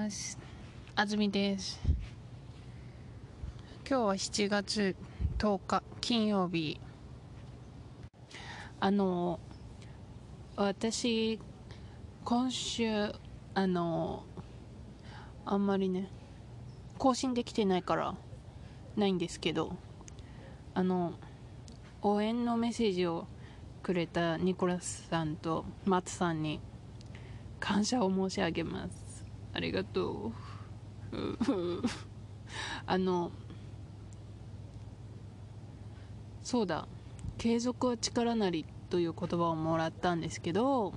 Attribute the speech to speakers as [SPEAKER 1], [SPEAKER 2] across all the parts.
[SPEAKER 1] ます。あずみです。今日は7月10日金曜日。私今週あんまりね更新できてないからないんですけど、応援のメッセージをくれたニコラスさんと松さんに感謝を申し上げます。ありがとう。そうだ、継続は力なりという言葉をもらったんですけど、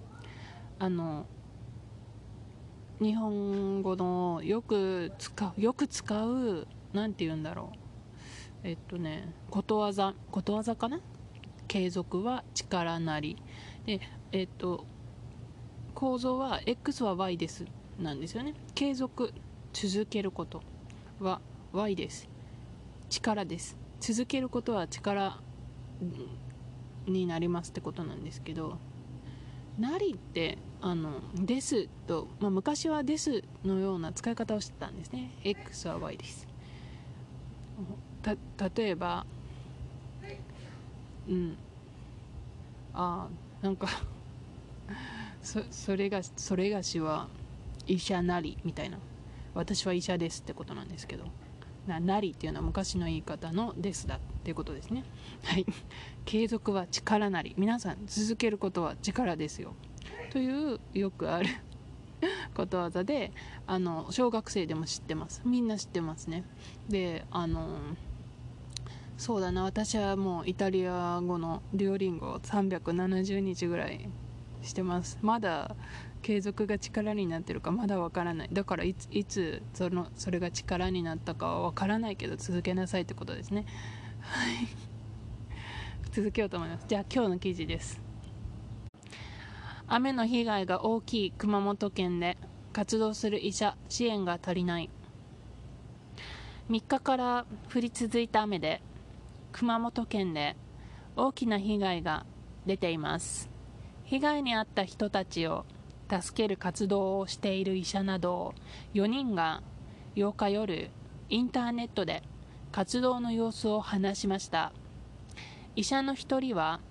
[SPEAKER 1] 日本語のよく使うなんて言うんだろう、ことわざかな。継続は力なりで、構造は X は Y ですなんですよね。継続、続けることは Y です。力です。続けることは力になりますってことなんですけど、なりってですと、昔はですのような使い方をしてたんですね。 X は Y です。例えばなんかそれがしは医者なりみたいな、私は医者ですってことなんですけど、なりっていうのは昔の言い方のですだっていうことですね。はい。継続は力なり、皆さん続けることは力ですよというよくあることわざで、小学生でも知ってます。みんな知ってますね。で、そうだな、私はもうイタリア語のデュオリンゴを370日ぐらいしてます。まだ継続が力になってるかまだわからない。だからいつそれが力になったかはわからないけど続けなさいってことですね。はい。続けようと思います。じゃあ今日の記事です。雨の被害が大きい熊本県で活動する医者、支援が足りない。3日から降り続いた雨で熊本県で大きな被害が出ています。被害に遭った人たちを助ける活動をしている医者など4人が8日夜、インターネットで活動の様子を話しました。医者の一人は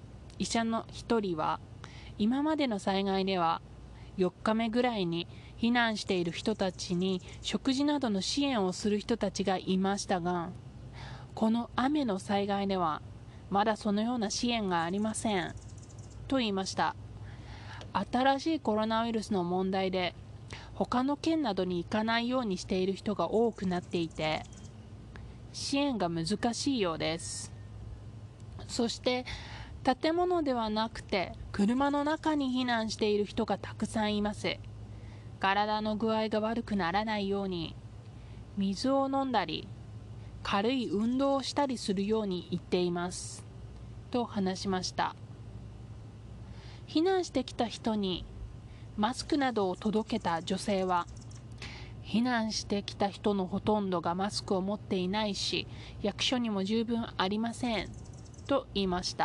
[SPEAKER 1] 今までの災害では4日目ぐらいに避難している人たちに食事などの支援をする人たちがいましたが、この雨の災害ではまだそのような支援がありませんと言いました。新しいコロナウイルスの問題で他の県などに行かないようにしている人が多くなっていて、支援が難しいようです。そして建物ではなくて車の中に避難している人がたくさんいます。体の具合が悪くならないように水を飲んだり軽い運動をしたりするように言っていますと話しました。避難してきた人にマスクなどを届けた女性は、避難してきた人のほとんどがマスクを持っていないし、役所にも十分ありませんと言いました。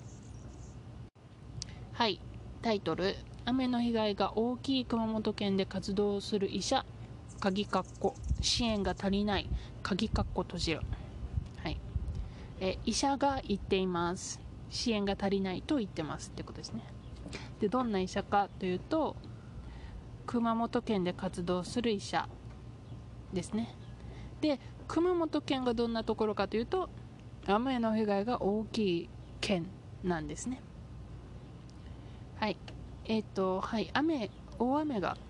[SPEAKER 1] はい、タイトル、雨の被害が大きい熊本県で活動する医者、鍵括弧支援が足りない、鍵括弧閉じる。はい。医者が言っています。支援が足りないと言ってますってことですね。で、どんな医者かというと、熊本県で活動する医者ですね。で、熊本県がどんなところかというと、雨の被害が大きい県なんですね。はい。はい、大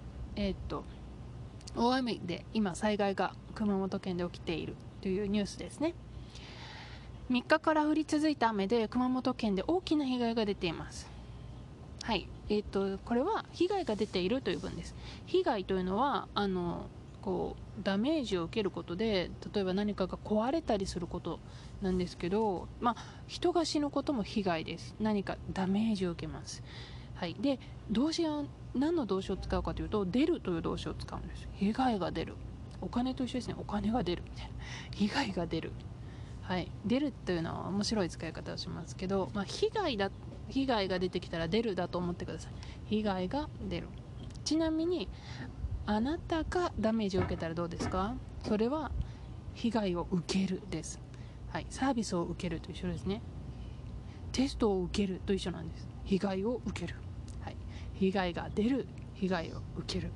[SPEAKER 1] 雨で今災害が熊本県で起きているというニュースですね。3日から降り続いた雨で熊本県で大きな被害が出ています。はい。これは被害が出ているという文です。被害というのはダメージを受けることで、例えば何かが壊れたりすることなんですけど、人が死ぬことも被害です。何かダメージを受けます。はい。で、動詞は何の動詞を使うかというと、出るという動詞を使うんです。被害が出る。お金と一緒ですね。お金が出るみたいな。被害が出る。はい。出るというのは面白い使い方をしますけど、被害が出てきたら出るだと思ってください。被害が出る。ちなみにあなたがダメージを受けたらどうですか？それは被害を受けるです。はい、サービスを受けると一緒ですね。テストを受けると一緒なんです。被害を受ける、はい、被害が出る、被害を受ける。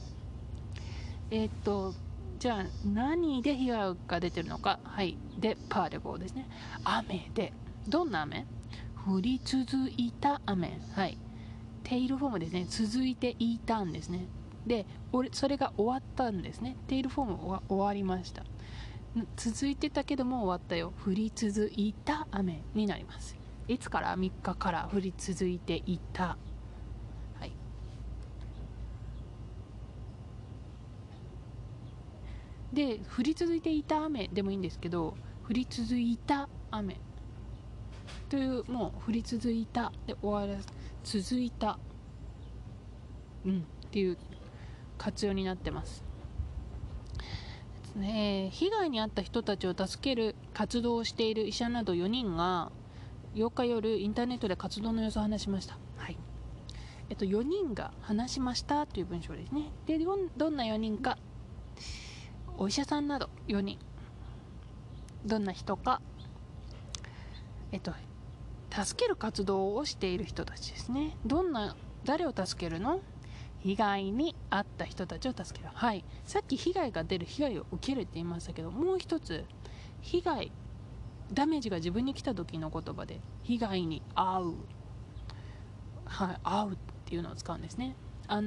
[SPEAKER 1] じゃあ何で被害が出てるのか。はい、でパーティクルですね。雨で、どんな雨？降り続いた雨。はい、テイルフォームですね。続いていたんですね。でそれが終わったんですね。テイルフォームは終わりました。続いてたけども終わったよ。降り続いた雨になります。いつから？3日から降り続いていた。はい、で降り続いていた雨でもいいんですけど、降り続いた雨という、もう降り続いたで終わらず、続いた、っていう活用になってます。被害に遭った人たちを助ける活動をしている医者など4人が8日夜インターネットで活動の様子を話しました。はい、4人が話しましたという文章ですね。でどんな4人か。お医者さんなど4人。どんな人か、助ける活動をしている人たちですね。誰を助けるの？被害に遭った人たちを助ける。はい、さっき被害が出る、被害を受けるって言いましたけど、もう一つダメージが自分に来た時の言葉で被害に遭う、はい、遭うっていうのを使うんですね。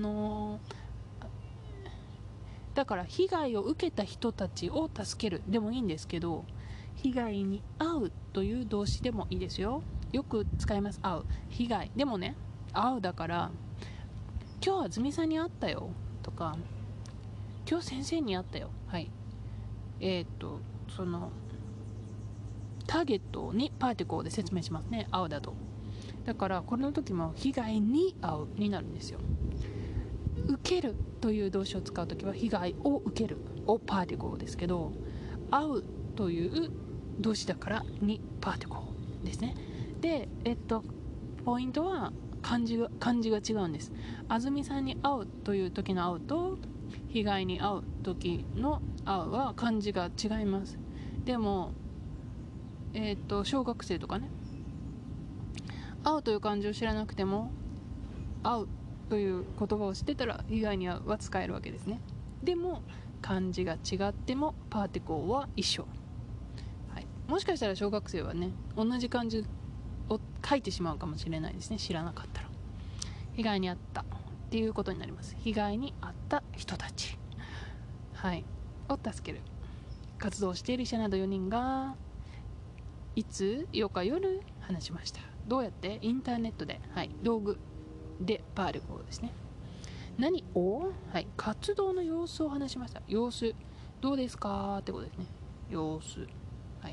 [SPEAKER 1] だから被害を受けた人たちを助けるでもいいんですけど、被害に遭うという動詞でもいいですよ。よく使います。遭う、被害でもね、遭うだから、今日はずみさんに会ったよとか、今日先生に会ったよ。はい、そのターゲットにパーティクルで説明しますね。会うだと。だからこの時も被害に遭うになるんですよ。受けるという動詞を使うときは被害を受けるをパーティクルですけど、会うという動詞だからにパーティクルですね。で、ポイントは漢字が違うんです。あずみさんに会うという時の会うと被害に遭う時の会うは漢字が違います。でも小学生とかね、会うという漢字を知らなくても会うという言葉を知ってたら被害に遭うは使えるわけですね。でも漢字が違ってもパーティクルは一緒。はい、もしかしたら小学生はね、同じ漢字を書いてしまうかもしれないですね。知らなかったら。被害に遭ったっていうことになります。被害に遭った人たち、はい、を助ける活動をしている医者など4人がいつ8日夜話しました。どうやって？インターネットで、はい、道具でパーティクルですね。何を？はい、活動の様子を話しました。様子どうですかってことですね。様子、はい、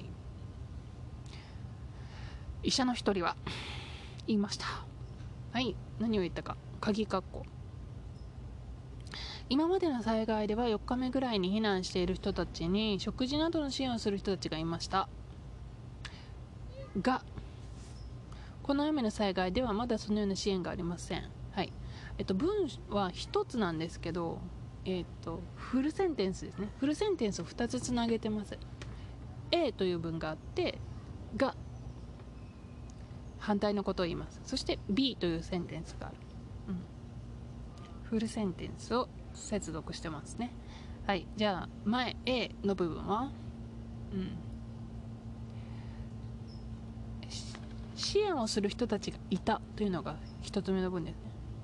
[SPEAKER 1] 医者の一人は言いました。はい、何を言ったか。鍵括弧。今までの災害では4日目ぐらいに避難している人たちに食事などの支援をする人たちがいましたが、この雨の災害ではまだそのような支援がありません。はい、文は1つなんですけど、フルセンテンスですね。フルセンテンスを2つつなげてます。 A という文があってが反対のことを言います。そして B というセンテンスがある、フルセンテンスを接続してますね。はい、じゃあ前 A の部分は、支援をする人たちがいたというのが一つ目の文ですね。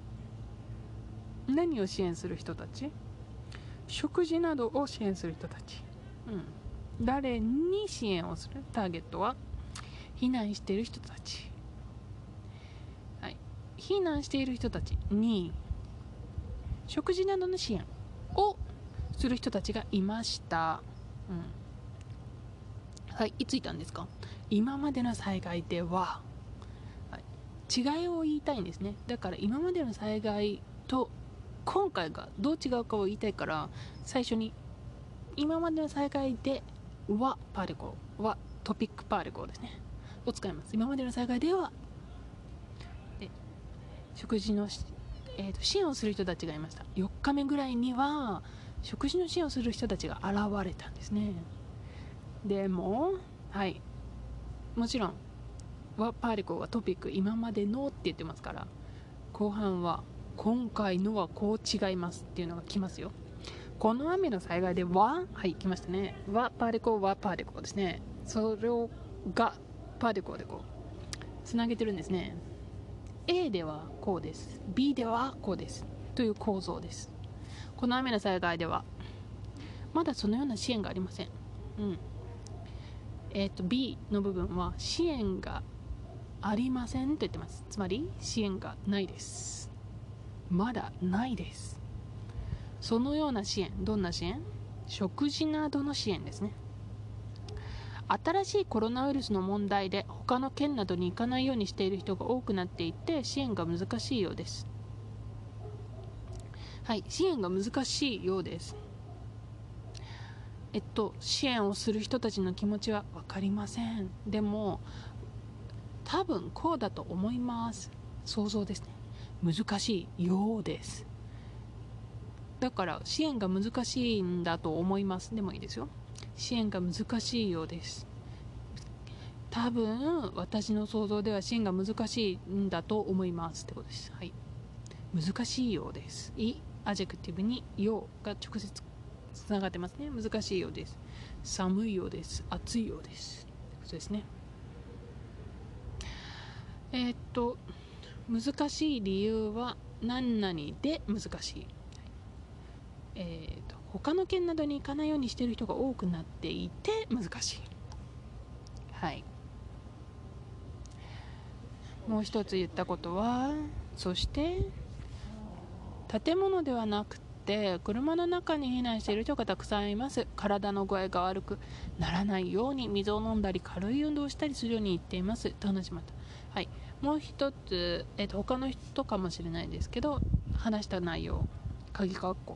[SPEAKER 1] 何を支援する人たち？食事などを支援する人たち、誰に支援をする？ターゲットは避難している人たち、はい、避難している人たちに食事などの支援をする人たちがいました。はい、いついたんですか？今までの災害では、はい、違いを言いたいんですね。だから今までの災害と今回がどう違うかを言いたいから、最初に今までの災害ではパーティクルはトピックパーティクルですねを使います。今までの災害では、食事の支援をする人たちがいました。4日目ぐらいには食事の支援をする人たちが現れたんですね。でももちろんパーリコがトピック今までのって言ってますから、後半は今回のはこう違いますっていうのが来ますよ。この雨の災害では来ましたね。パーリコですね。それをがパーリコでこうつなげてるんですね。A ではこうです、 B ではこうですという構造です。この雨の災害ではまだそのような支援がありません。B の部分は支援がありませんと言ってます。つまり支援がないです。まだないです。そのような支援、どんな支援？食事などの支援ですね。新しいコロナウイルスの問題で他の県などに行かないようにしている人が多くなっていて、支援が難しいようです。支援が難しいようです。支援をする人たちの気持ちは分かりません。でも多分こうだと思います。想像ですね。難しいようです。だから支援が難しいんだと思いますでもいいですよ。支援が難しいようです。多分私の想像では支援が難しいんだと思いますってことです。難しいようです。アジェクティブにようが直接つながってますね。難しいようです。寒いようです。暑いようです。そうですね。難しい理由は何々で難しい。他の県などに行かないようにしている人が多くなっていて難しい。もう一つ言ったことは、そして建物ではなくて車の中に避難している人がたくさんいます。体の具合が悪くならないように水を飲んだり軽い運動をしたりするように言っていますと話しました。もう一つ、他の人かもしれないですけど、話した内容鍵括弧、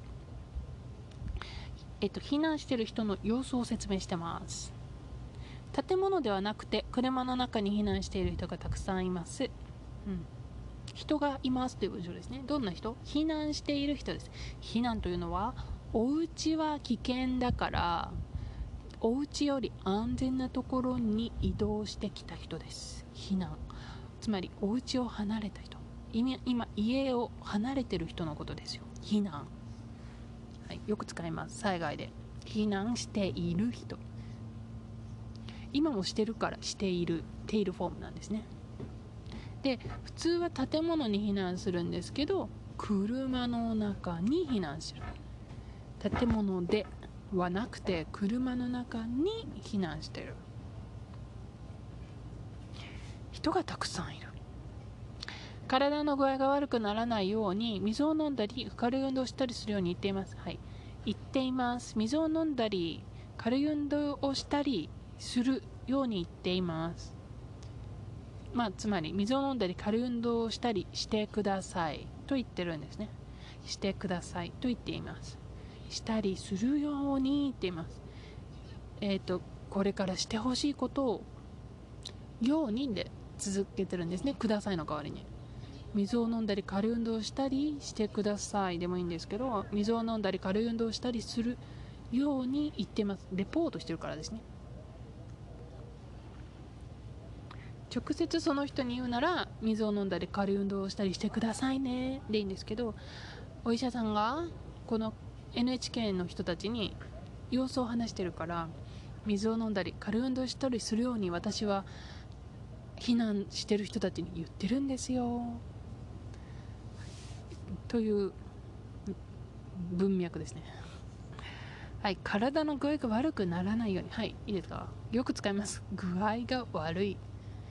[SPEAKER 1] 避難している人の様子を説明してます。建物ではなくて車の中に避難している人がたくさんいます。人がいますという文章ですね。どんな人？避難している人です。避難というのはお家は危険だからお家より安全なところに移動してきた人です。避難、つまりお家を離れた人、今家を離れてる人のことですよ。避難、よく使います。災害で避難している人、今もしてるからしているテイルフォームなんですね。で、普通は建物に避難するんですけど、車の中に避難する。建物ではなくて車の中に避難している人がたくさんいる。体の具合が悪くならないように水を飲んだり軽い運動をしたりするように言っています。言っています。水を飲んだり軽い運動をしたりするように言っています。つまり水を飲んだり軽い運動をしたりしてくださいと言ってるんですね。してくださいと言っています。したりするように言っています。これからしてほしいことをようにで続けてるんですね。くださいの代わりに水を飲んだり軽い運動をしたりしてくださいでもいいんですけど、水を飲んだり軽い運動をしたりするように言ってます。レポートしてるからですね。直接その人に言うなら水を飲んだり軽い運動をしたりしてくださいねでいいんですけど、お医者さんがこの NHK の人たちに様子を話してるから、水を飲んだり軽い運動したりするように私は避難してる人たちに言ってるんですよという文脈ですね。体の具合が悪くならないように、いいですか。よく使います。具合が悪い、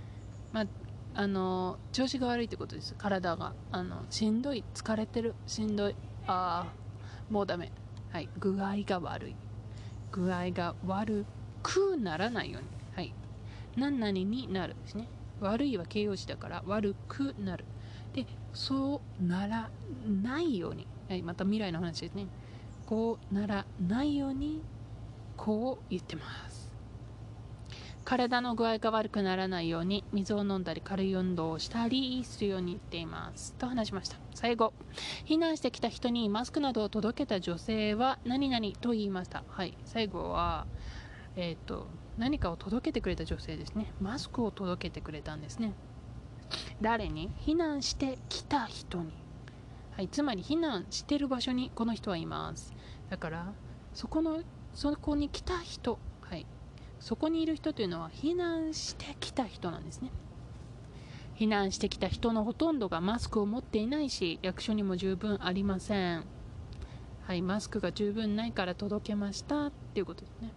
[SPEAKER 1] 調子が悪いってことです。体がしんどい、疲れてる、しんどい、もうダメ。具合が悪い、具合が悪くならないように、何々になるですね。悪いは形容詞だから悪くなる。で、そうならないように、また未来の話ですね。こうならないようにこう言ってます。 体の具合が悪くならないように水を飲んだり軽い運動をしたりするように言っていますと話しました。最後、避難してきた人にマスクなどを届けた女性は何々と言いました。はい、最後は何かを届けてくれた女性ですね。マスクを届けてくれたんですね。誰に？避難してきた人に。はい、つまり避難してる場所にこの人はいます。だからそこに来た人、はい、そこにいる人というのは避難してきた人なんですね。避難してきた人のほとんどがマスクを持っていないし、役所にも十分ありません。はい、マスクが十分ないから届けましたっていうことですね。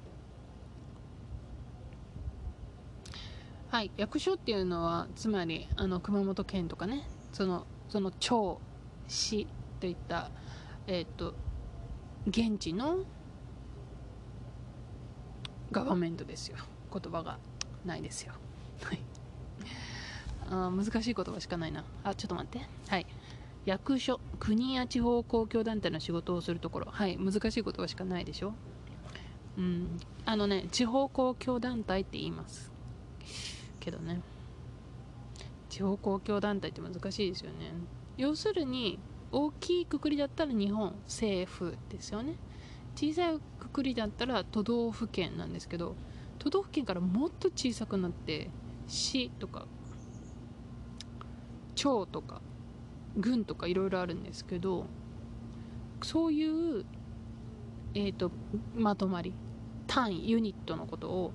[SPEAKER 1] はい、役所っていうのはつまり熊本県とかね、その町市といった現地のガバメントですよ。言葉がないですよ。はい難しい言葉しかないな。ちょっと待って。はい、役所、国や地方公共団体の仕事をするところ。はい、難しい言葉しかないでしょ。地方公共団体って言いますけどね、地方公共団体って難しいですよね。要するに大きいくくりだったら日本政府ですよね。小さいくくりだったら都道府県なんですけど、都道府県からもっと小さくなって市とか町とか郡とかいろいろあるんですけど、そういうまとまり、単位、ユニットのことを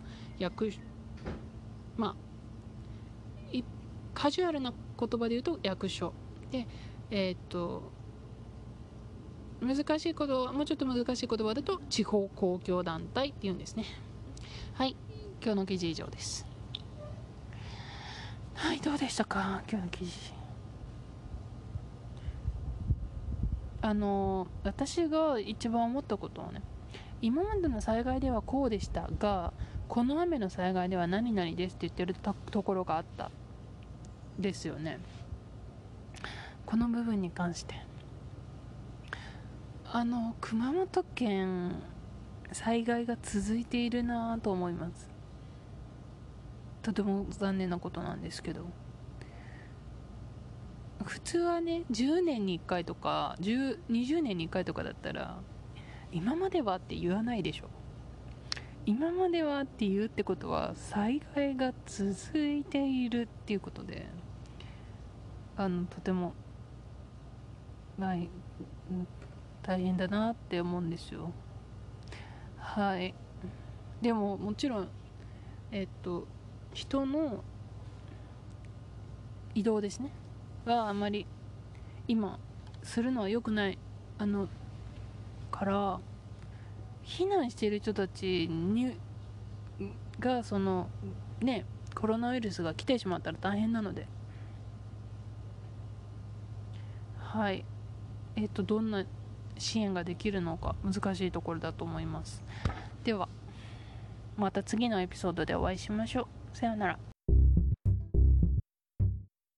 [SPEAKER 1] カジュアルな言葉で言うと役所で、難しい言葉、もうちょっと難しい言葉だと地方公共団体っていうんですね。はい、今日の記事以上です。はい、どうでしたか今日の記事。私が一番思ったことはね、今までの災害ではこうでしたが、この雨の災害では何々ですって言ってるところがあったですよね。この部分に関して熊本県災害が続いているなと思います。とても残念なことなんですけど、普通はね10年に1回とか20年に1回とかだったら今まではって言わないでしょ。今まではって言うってことは災害が続いているっていうことで、とても大変だなって思うんですよ。はい。でももちろん人の移動ですねはあまり今するのは良くないから避難している人たちがコロナウイルスが来てしまったら大変なので、はい、どんな支援ができるのか難しいところだと思います。ではまた次のエピソードでお会いしましょう。さようなら。